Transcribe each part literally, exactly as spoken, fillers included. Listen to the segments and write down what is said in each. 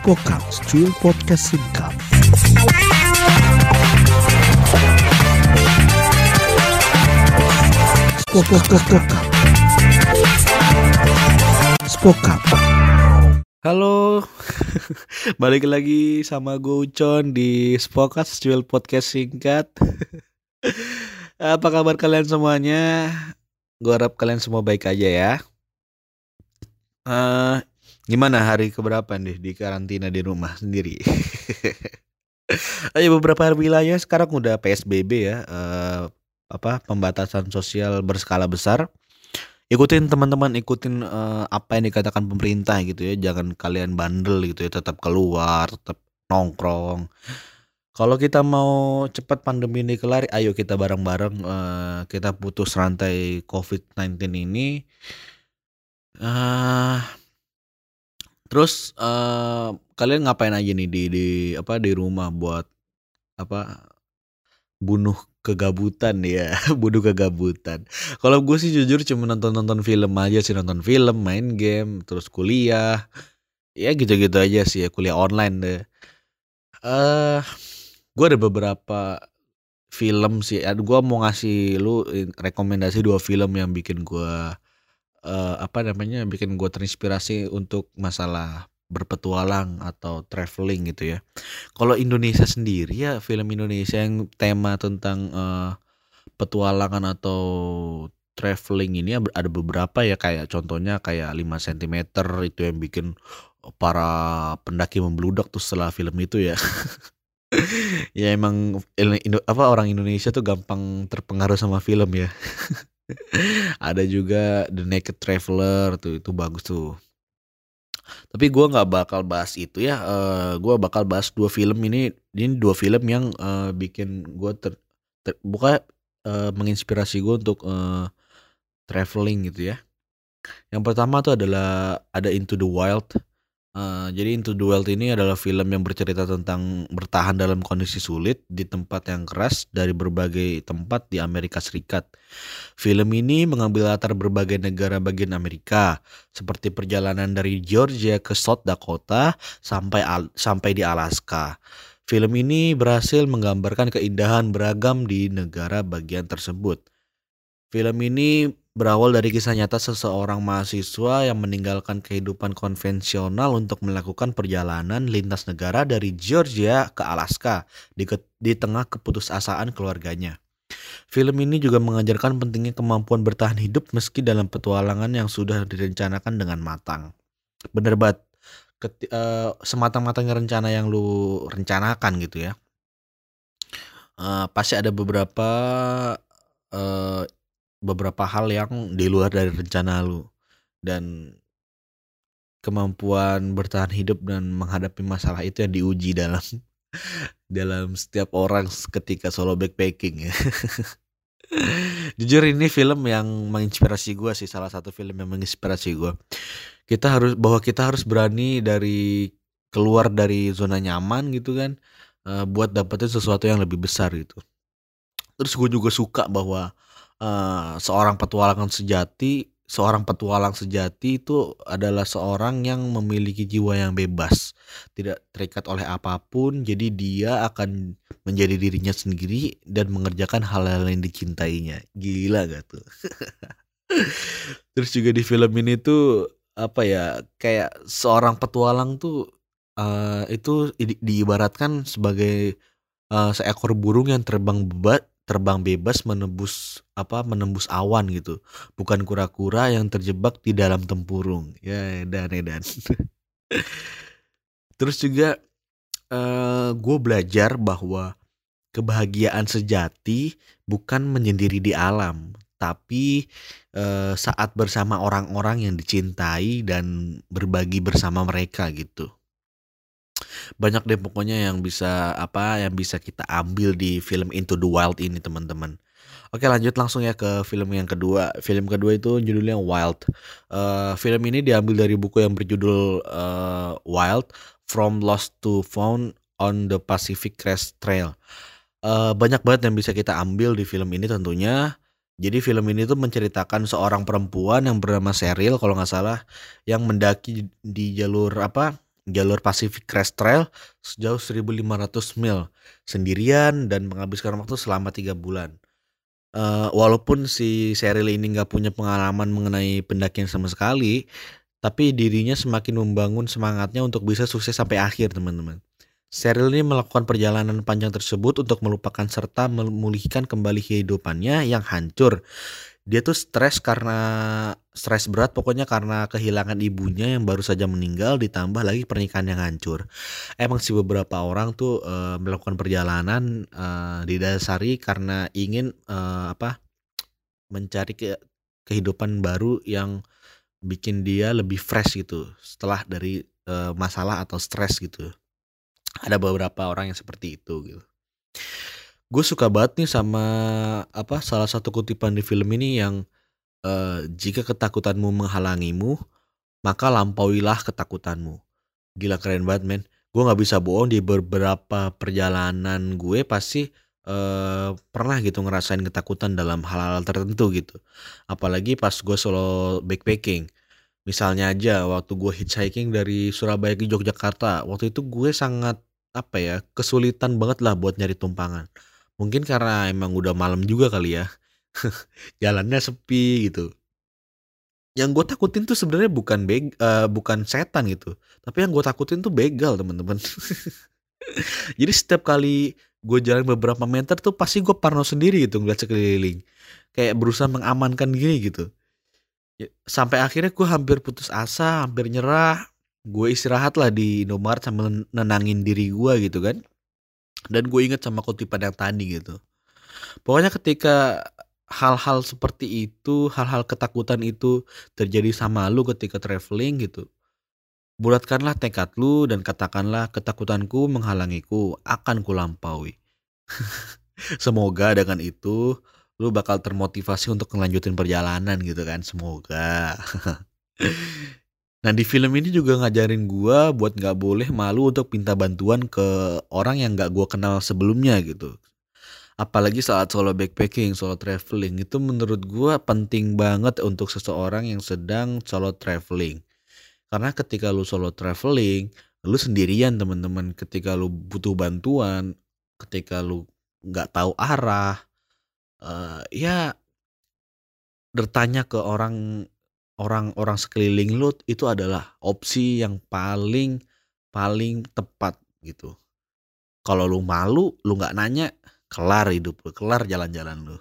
Spokap, Studio Podcast Singkat. Spokap, Spokap, Spokap. Halo, balik lagi sama gue Ucon di Spokat Studio Podcast Singkat. Apa kabar kalian semuanya? Gue harap kalian semua baik aja ya. Uh, gimana hari keberapa nih di karantina di rumah sendiri? Ayo beberapa wilayah sekarang udah P S B B ya, uh, apa pembatasan sosial berskala besar. Ikutin teman-teman, ikutin uh, apa yang dikatakan pemerintah gitu ya. Jangan kalian bandel gitu ya, tetap keluar, tetap nongkrong. Kalau kita mau cepat pandemi ini kelar, ayo kita bareng-bareng uh, kita putus rantai covid sembilan belas ini. Uh, terus uh, kalian ngapain aja nih di di apa di rumah buat apa bunuh kegabutan ya, bunuh kegabutan. Kalau gue sih jujur cuma nonton-nonton film aja sih, nonton film, main game, terus kuliah. Ya gitu-gitu aja sih ya, kuliah online deh. Eh, uh, gue ada beberapa film sih. Aduh, gue mau ngasih lu rekomendasi dua film yang bikin gue uh, apa namanya, bikin gue terinspirasi untuk masalah berpetualang atau traveling gitu ya. Kalau Indonesia sendiri ya, film Indonesia yang tema tentang uh, petualangan atau traveling ini ada beberapa ya, kayak contohnya kayak lima sentimeter itu yang bikin para pendaki membludak tuh setelah film itu ya. Ya emang Indo, apa orang Indonesia tuh gampang terpengaruh sama film ya. Ada juga The Naked Traveler tuh, itu bagus tuh. Tapi gue nggak bakal bahas itu ya. Uh, gue bakal bahas dua film ini. Ini dua film yang uh, bikin gue ter, ter buka uh, menginspirasi gue untuk uh, traveling gitu ya. Yang pertama tuh adalah ada Into the Wild. Uh, jadi Into the Wild ini adalah film yang bercerita tentang bertahan dalam kondisi sulit di tempat yang keras dari berbagai tempat di Amerika Serikat. Film ini mengambil latar berbagai negara bagian Amerika, seperti perjalanan dari Georgia ke South Dakota sampai Al- sampai di Alaska. Film ini berhasil menggambarkan keindahan beragam di negara bagian tersebut. Film ini berawal dari kisah nyata seseorang mahasiswa yang meninggalkan kehidupan konvensional untuk melakukan perjalanan lintas negara dari Georgia ke Alaska di, ke, di tengah keputusasaan keluarganya. Film ini juga mengajarkan pentingnya kemampuan bertahan hidup meski dalam petualangan yang sudah direncanakan dengan matang. Bener banget, Keti, uh, sematang-matangnya rencana yang lu rencanakan gitu ya. Uh, pasti ada beberapa uh, beberapa hal yang di luar dari rencana lu, dan kemampuan bertahan hidup dan menghadapi masalah itu yang diuji dalam dalam setiap orang ketika solo backpacking ya. Jujur ini film yang menginspirasi gue sih, salah satu film yang menginspirasi gue. Kita harus bahwa kita harus berani dari keluar dari zona nyaman gitu kan, uh, buat dapetin sesuatu yang lebih besar gitu. Terus gue juga suka bahwa Uh, seorang petualangan sejati, seorang petualang sejati itu adalah seorang yang memiliki jiwa yang bebas, tidak terikat oleh apapun. Jadi dia akan menjadi dirinya sendiri dan mengerjakan hal-hal yang dicintainya. Gila gak tuh? Terus juga di film ini tuh apa ya, kayak seorang petualang tuh uh, itu di, diibaratkan sebagai uh, seekor burung yang terbang bebas terbang bebas menembus apa menembus awan gitu, bukan kura-kura yang terjebak di dalam tempurung ya. Dan dan terus juga uh, gue belajar bahwa kebahagiaan sejati bukan menyendiri di alam, tapi uh, saat bersama orang-orang yang dicintai dan berbagi bersama mereka gitu. Banyak deh pokoknya yang bisa apa yang bisa kita ambil di film Into the Wild ini teman-teman. Oke, lanjut langsung ya ke film yang kedua. Film kedua itu judulnya Wild. Uh, film ini diambil dari buku yang berjudul uh, Wild: From Lost to Found on the Pacific Crest Trail. Uh, banyak banget yang bisa kita ambil di film ini tentunya. Jadi film ini tuh menceritakan seorang perempuan yang bernama Cheryl kalau nggak salah, yang mendaki di jalur apa jalur Pacific Crest Trail sejauh seribu lima ratus mil sendirian dan menghabiskan waktu selama tiga bulan. Uh, walaupun si Sheryl ini nggak punya pengalaman mengenai pendakian sama sekali, tapi dirinya semakin membangun semangatnya untuk bisa sukses sampai akhir, teman-teman. Sheryl ini melakukan perjalanan panjang tersebut untuk melupakan serta memulihkan kembali kehidupannya yang hancur. Dia tuh stres karena stres berat pokoknya karena kehilangan ibunya yang baru saja meninggal, ditambah lagi pernikahan yang hancur. Emang sih beberapa orang tuh uh, melakukan perjalanan uh, didasari karena ingin uh, apa mencari ke kehidupan baru yang bikin dia lebih fresh gitu setelah dari uh, masalah atau stres gitu. Ada beberapa orang yang seperti itu gitu. Gue suka banget nih sama apa salah satu kutipan di film ini yang uh, jika ketakutanmu menghalangimu, maka lampauilah ketakutanmu. Gila keren banget men. Gue gak bisa bohong, di beberapa perjalanan gue pasti uh, pernah gitu ngerasain ketakutan dalam hal-hal tertentu gitu. Apalagi pas gue solo backpacking. Misalnya aja waktu gue hitchhiking dari Surabaya ke Yogyakarta. Waktu itu gue sangat apa ya kesulitan banget lah buat nyari tumpangan. Mungkin karena emang udah malam juga kali ya. Jalannya sepi gitu. Yang gue takutin tuh sebenarnya bukan beg, uh, bukan setan gitu, tapi yang gue takutin tuh begal, teman-teman. Jadi setiap kali gue jalan beberapa meter tuh pasti gue parno sendiri gitu ngeliat sekeliling, kayak berusaha mengamankan gini gitu. Ya, sampai akhirnya gue hampir putus asa, hampir nyerah. Gue istirahat lah di Indomaret sambil nenangin diri gue gitu kan. Dan gue inget sama kutipan yang tadi gitu. Pokoknya ketika hal-hal seperti itu, hal-hal ketakutan itu terjadi sama lu ketika traveling gitu, bulatkanlah tekad lu dan katakanlah ketakutanku menghalangiku, akan kulampaui. Semoga dengan itu lu bakal termotivasi untuk ngelanjutin perjalanan gitu kan, semoga. Nah di film ini juga ngajarin gua buat gak boleh malu untuk minta bantuan ke orang yang gak gua kenal sebelumnya gitu. Apalagi saat solo backpacking, solo traveling, itu menurut gua penting banget untuk seseorang yang sedang solo traveling. Karena ketika lu solo traveling, lu sendirian teman-teman. Ketika lu butuh bantuan, ketika lu gak tahu arah, uh, ya bertanya ke orang orang-orang sekeliling lu itu adalah opsi yang paling paling tepat gitu. Kalau lu malu, lu nggak nanya, kelar hidup lu, kelar jalan-jalan lu.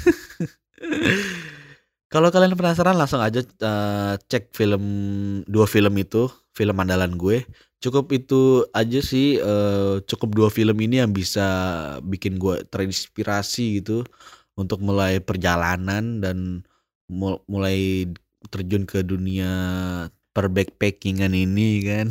Kalau kalian penasaran langsung aja uh, cek film dua film itu, film andalan gue. Cukup itu aja sih, uh, cukup dua film ini yang bisa bikin gue terinspirasi gitu untuk mulai perjalanan dan mulai terjun ke dunia per backpackingan ini kan.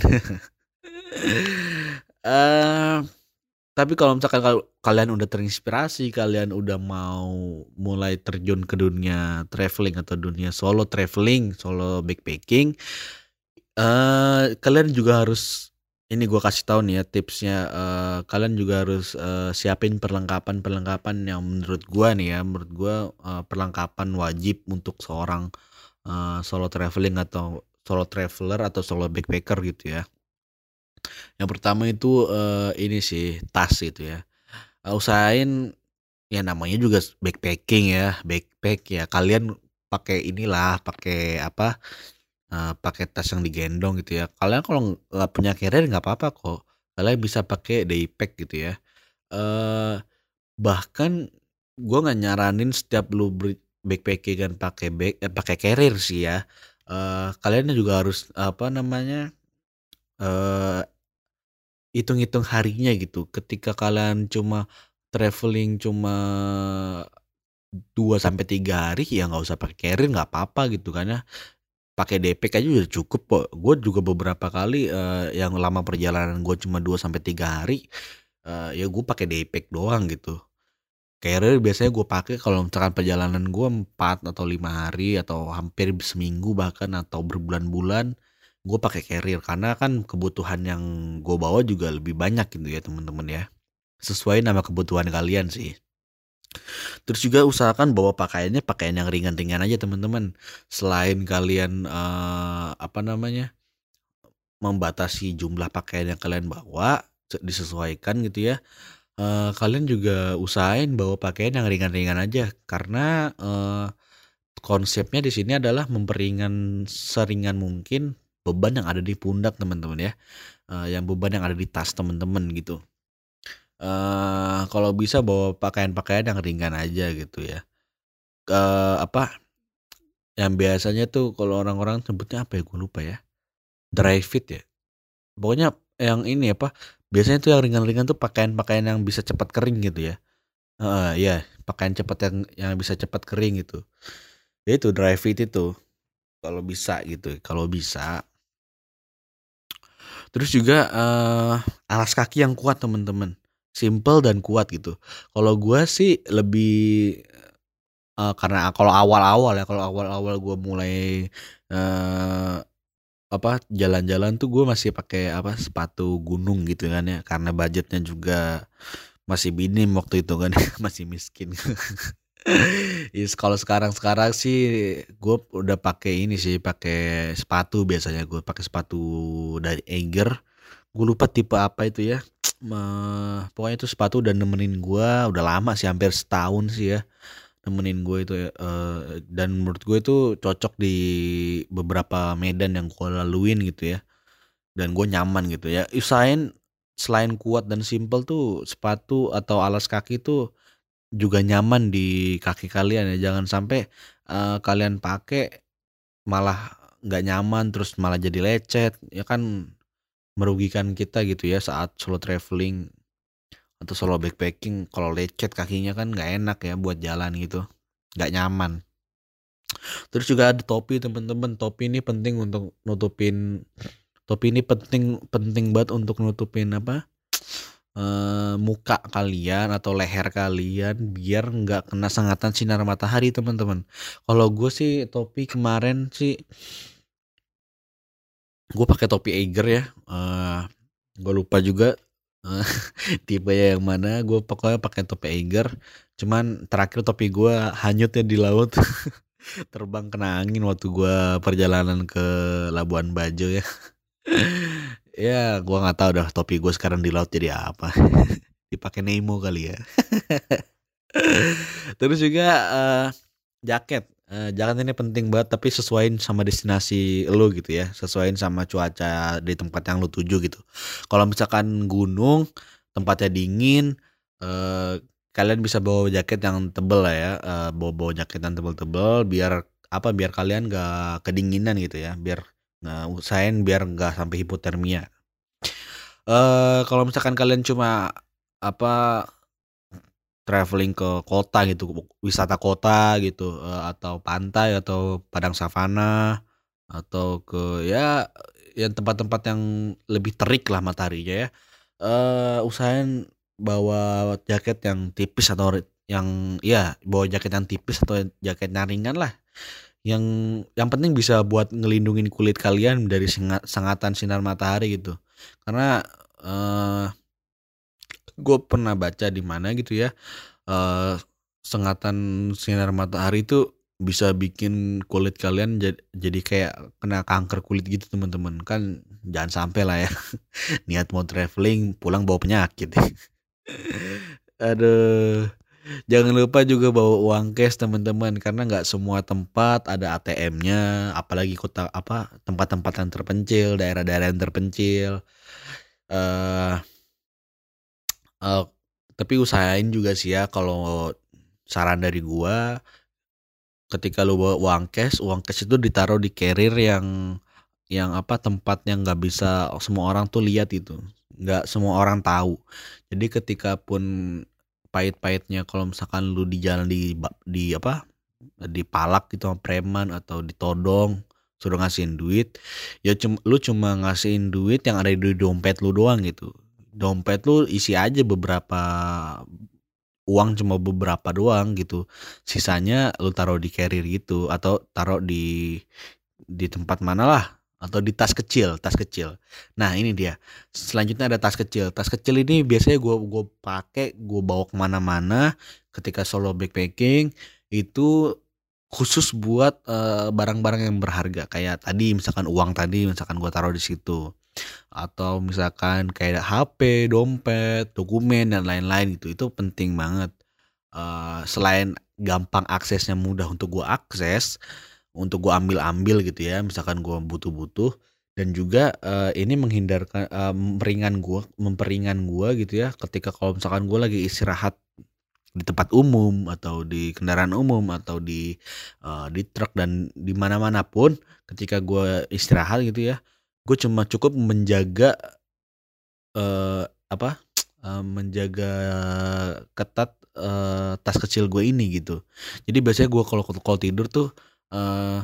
uh, Tapi kalau misalkan kalau kalian udah terinspirasi, kalian udah mau mulai terjun ke dunia traveling atau dunia solo traveling, solo backpacking, uh, kalian juga harus, ini gue kasih tahu nih ya tipsnya, uh, kalian juga harus uh, siapin perlengkapan-perlengkapan yang menurut gue nih ya, menurut gue uh, perlengkapan wajib untuk seorang uh, solo traveling atau solo traveler atau solo backpacker gitu ya. Yang pertama itu uh, ini sih tas gitu ya. Uh, usahain ya namanya juga backpacking ya, backpack ya. Kalian pakai inilah, pakai apa? Uh, pakai tas yang digendong gitu ya. Kalian kalau nggak punya carrier nggak apa-apa kok. Kalian bisa pakai daypack gitu ya. Uh, bahkan gue nggak nyaranin setiap lu backpacking kan pakai bag, eh, pakai carrier sih ya. Uh, kalian juga harus apa namanya? Uh, hitung-hitung harinya gitu. Ketika kalian cuma traveling cuma dua sampai tiga hari ya nggak usah pakai carrier, nggak apa-apa gitu kan ya. Pakai daypack aja udah cukup kok. Gue juga beberapa kali uh, yang lama perjalanan gue cuma dua sampai tiga hari, uh, ya gue pakai daypack doang gitu. Carrier biasanya gue pakai kalau misalkan perjalanan gue empat atau lima hari atau hampir seminggu bahkan atau berbulan-bulan, gue pakai carrier karena kan kebutuhan yang gue bawa juga lebih banyak gitu ya teman-teman ya. Sesuai nama kebutuhan kalian sih. Terus juga usahakan bawa pakaiannya pakaian yang ringan-ringan aja teman-teman. Selain kalian uh, apa namanya membatasi jumlah pakaian yang kalian bawa, se- disesuaikan gitu ya. Eh, kalian juga usahain bawa pakaian yang ringan-ringan aja karena eh, konsepnya di sini adalah memperingan seringan mungkin beban yang ada di pundak teman-teman ya. Eh, yang beban yang ada di tas teman-teman gitu. Eh kalau bisa bawa pakaian-pakaian yang ringan aja gitu ya. Eh apa yang biasanya tuh kalau orang-orang sebutnya apa ya, gue lupa ya. Dry fit ya. Pokoknya yang ini apa? Biasanya tuh yang ringan-ringan tuh pakaian-pakaian yang bisa cepat kering gitu ya. Heeh, iya, pakaian cepat yang yang bisa cepat kering gitu. Ya itu dry fit itu kalau bisa gitu, kalau bisa. Terus juga eh alas kaki yang kuat teman-teman. Simple dan kuat gitu. Kalau gua sih lebih eh, karena kalau awal-awal ya, kalau awal-awal gua mulai eh apa jalan-jalan tuh gue masih pakai apa sepatu gunung gitu kan ya karena budgetnya juga masih minim waktu itu kan masih miskin. Yes, kalau sekarang-sekarang sih gue udah pakai ini sih pakai sepatu biasanya gue pakai sepatu dari Eiger. Gue lupa tipe apa itu ya. Me- pokoknya itu sepatu udah nemenin gue udah lama sih hampir setahun sih ya nemenin gue itu ya. Eh, dan menurut gue itu cocok di beberapa medan yang gue laluin gitu ya dan gue nyaman gitu ya. Usahain selain kuat dan simple tuh sepatu atau alas kaki tuh juga nyaman di kaki kalian ya. Jangan sampai eh, kalian pakai malah nggak nyaman terus malah jadi lecet ya kan merugikan kita gitu ya saat solo traveling atau solo backpacking. Kalau lecet kakinya kan nggak enak ya buat jalan gitu, nggak nyaman. Terus juga ada topi teman-teman. Topi ini penting untuk nutupin topi ini penting penting banget untuk nutupin apa? eh, muka kalian atau leher kalian biar nggak kena sengatan sinar matahari teman-teman. Kalau gue sih topi kemarin sih gue pakai topi Eiger ya. Eh gue lupa juga eh, tipenya yang mana. Gue pokoknya pakai topi Eiger. Cuman terakhir topi gue hanyutnya di laut. Terbang kena angin waktu gue perjalanan ke Labuan Bajo ya. Ya gue nggak tahu dah topi gue sekarang di laut jadi apa. Dipakai Nemo kali ya. Terus juga eh, jaket. Eh, jaket ini penting banget tapi sesuaiin sama destinasi lu gitu ya. Sesuaiin sama cuaca di tempat yang lu tuju gitu. Kalau misalkan gunung, tempatnya dingin, eh, kalian bisa bawa jaket yang tebel lah ya. Eh, bawa-bawa jaket yang tebel-tebel biar apa? Biar kalian gak kedinginan gitu ya. Biar nggak usahain biar nggak sampai hipotermia. Eh kalau misalkan kalian cuma apa traveling ke kota gitu, wisata kota gitu, eh, atau pantai atau padang savana atau ke ya yang tempat-tempat yang lebih terik lah mataharinya ya. Eh usahain bawa jaket yang tipis atau ri- yang ya bawa jaket yang tipis atau jaket yang ringan lah. Yang yang penting bisa buat ngelindungin kulit kalian dari singa- sengatan sinar matahari gitu. Karena eh gue pernah baca di mana gitu ya, eh sengatan sinar matahari itu bisa bikin kulit kalian jadi, jadi kayak kena kanker kulit gitu teman-teman. Kan jangan sampai lah ya niat mau traveling pulang bawa penyakit. Aduh, jangan lupa juga bawa uang cash teman-teman karena nggak semua tempat ada A T M-nya, apalagi kota apa tempat-tempat yang terpencil, daerah-daerah yang terpencil. Eh eh, tapi usahain juga sih ya kalau saran dari gua ketika lu bawa uang cash, uang cash itu ditaruh di carrier yang yang apa tempat yang nggak bisa semua orang tuh lihat itu, nggak semua orang tahu. Jadi ketika pun pahit-pahitnya kalau misalkan lu di jalan di ba- di apa dipalak gitu sama preman atau ditodong suruh ngasihin duit ya cum, lu cuma ngasihin duit yang ada di dompet lu doang gitu. Dompet lu isi aja beberapa uang cuma beberapa doang gitu. Sisanya lu taruh di carrier gitu atau taruh di di tempat mana lah atau di tas kecil, tas kecil. Nah, ini dia. Selanjutnya ada tas kecil. Tas kecil ini biasanya gua gua pakai, gua bawa kemana-mana ketika solo backpacking itu khusus buat eh, barang-barang yang berharga kayak tadi misalkan uang tadi misalkan gua taruh di situ. atau misalkan kayak H P, dompet, dokumen dan lain-lain gitu. Itu penting banget. Uh, selain gampang aksesnya, mudah untuk gue akses, untuk gue ambil-ambil gitu ya, misalkan gue butuh-butuh, dan juga uh, ini menghindarkan uh, memperingan gue, memperingan gue gitu ya, ketika kalau misalkan gue lagi istirahat di tempat umum atau di kendaraan umum atau di uh, di truk dan di mana-mana pun, ketika gue istirahat gitu ya, gue cuma cukup menjaga uh, apa uh, menjaga ketat uh, tas kecil gue ini gitu. Jadi biasanya gue kalau kalau tidur tuh uh,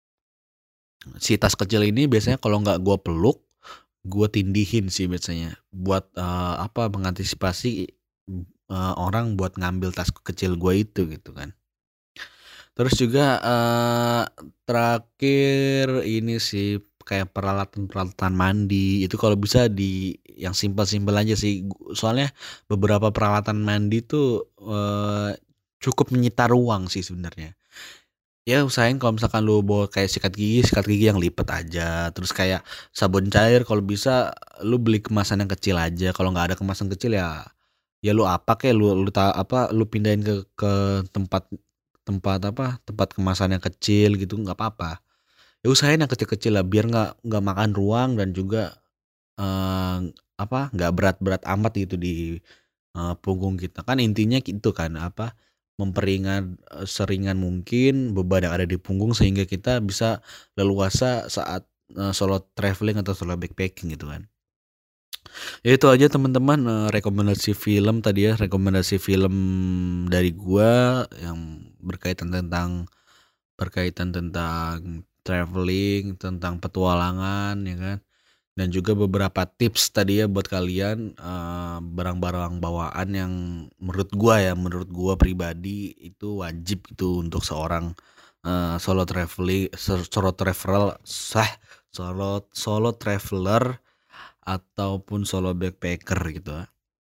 si tas kecil ini biasanya kalau nggak gue peluk, gue tindihin sih biasanya buat uh, apa mengantisipasi uh, orang buat ngambil tas kecil gue itu gitu kan. Terus juga uh, terakhir ini sih kayak peralatan-peralatan mandi itu kalau bisa di yang simpel-simpel aja sih. Soalnya beberapa peralatan mandi tuh uh, cukup menyita ruang sih sebenarnya. Ya usahain kalau misalkan lu bawa kayak sikat gigi, sikat gigi yang lipat aja. Terus kayak sabun cair kalau bisa lu beli kemasan yang kecil aja. Kalau nggak ada kemasan kecil ya ya lu apa kayak lu lu ta, apa lu pindahin ke ke tempat tempat apa tempat kemasan yang kecil gitu, nggak apa-apa. Ya usahain yang kecil-kecil lah biar nggak nggak makan ruang dan juga eh, apa nggak berat-berat amat gitu di eh, punggung kita. Kan intinya gitu kan, apa memperingan eh, seringan mungkin beban yang ada di punggung sehingga kita bisa leluasa saat eh, solo traveling atau solo backpacking gitu kan. Ya itu aja teman-teman, eh, rekomendasi film tadi ya, rekomendasi film dari gua yang berkaitan tentang berkaitan tentang traveling, tentang petualangan ya kan. Dan juga beberapa tips tadi ya buat kalian, eh, barang-barang bawaan yang menurut gua ya, menurut gua pribadi itu wajib gitu untuk seorang eh, solo traveling, solo travel, sah, solo solo traveler ataupun solo backpacker gitu.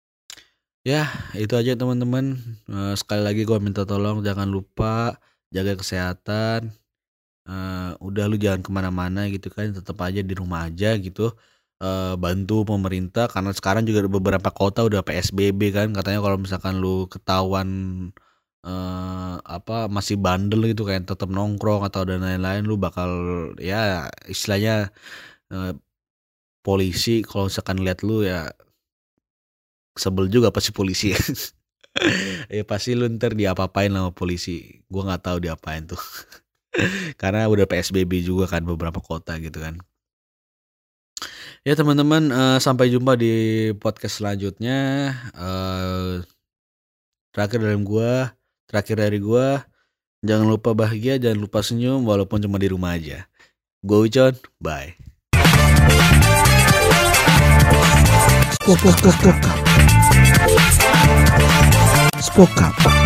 Ya, itu aja teman-teman. Eh, sekali lagi gua minta tolong jangan lupa jaga kesehatan. Eh, udah lu jangan kemana-mana gitu kan, tetap aja di rumah aja gitu. Eh, bantu pemerintah karena sekarang juga ada beberapa kota udah P S B B kan, katanya kalau misalkan lu ketahuan eh, apa masih bandel gitu kayak tetap nongkrong atau dan lain-lain, lu bakal ya istilahnya eh, polisi kalau misalkan lihat lu ya sebel juga pasti polisi. Ya pasti lu ntar diapa-apain sama polisi. Gua nggak tahu diapain tuh. Karena udah P S B B juga kan beberapa kota gitu kan. Ya teman-teman, uh, sampai jumpa di podcast selanjutnya. Uh, terakhir dari gua, terakhir dari gua, jangan lupa bahagia, jangan lupa senyum walaupun cuma di rumah aja. Gua Ucon, bye. Spoke up. Spoke up.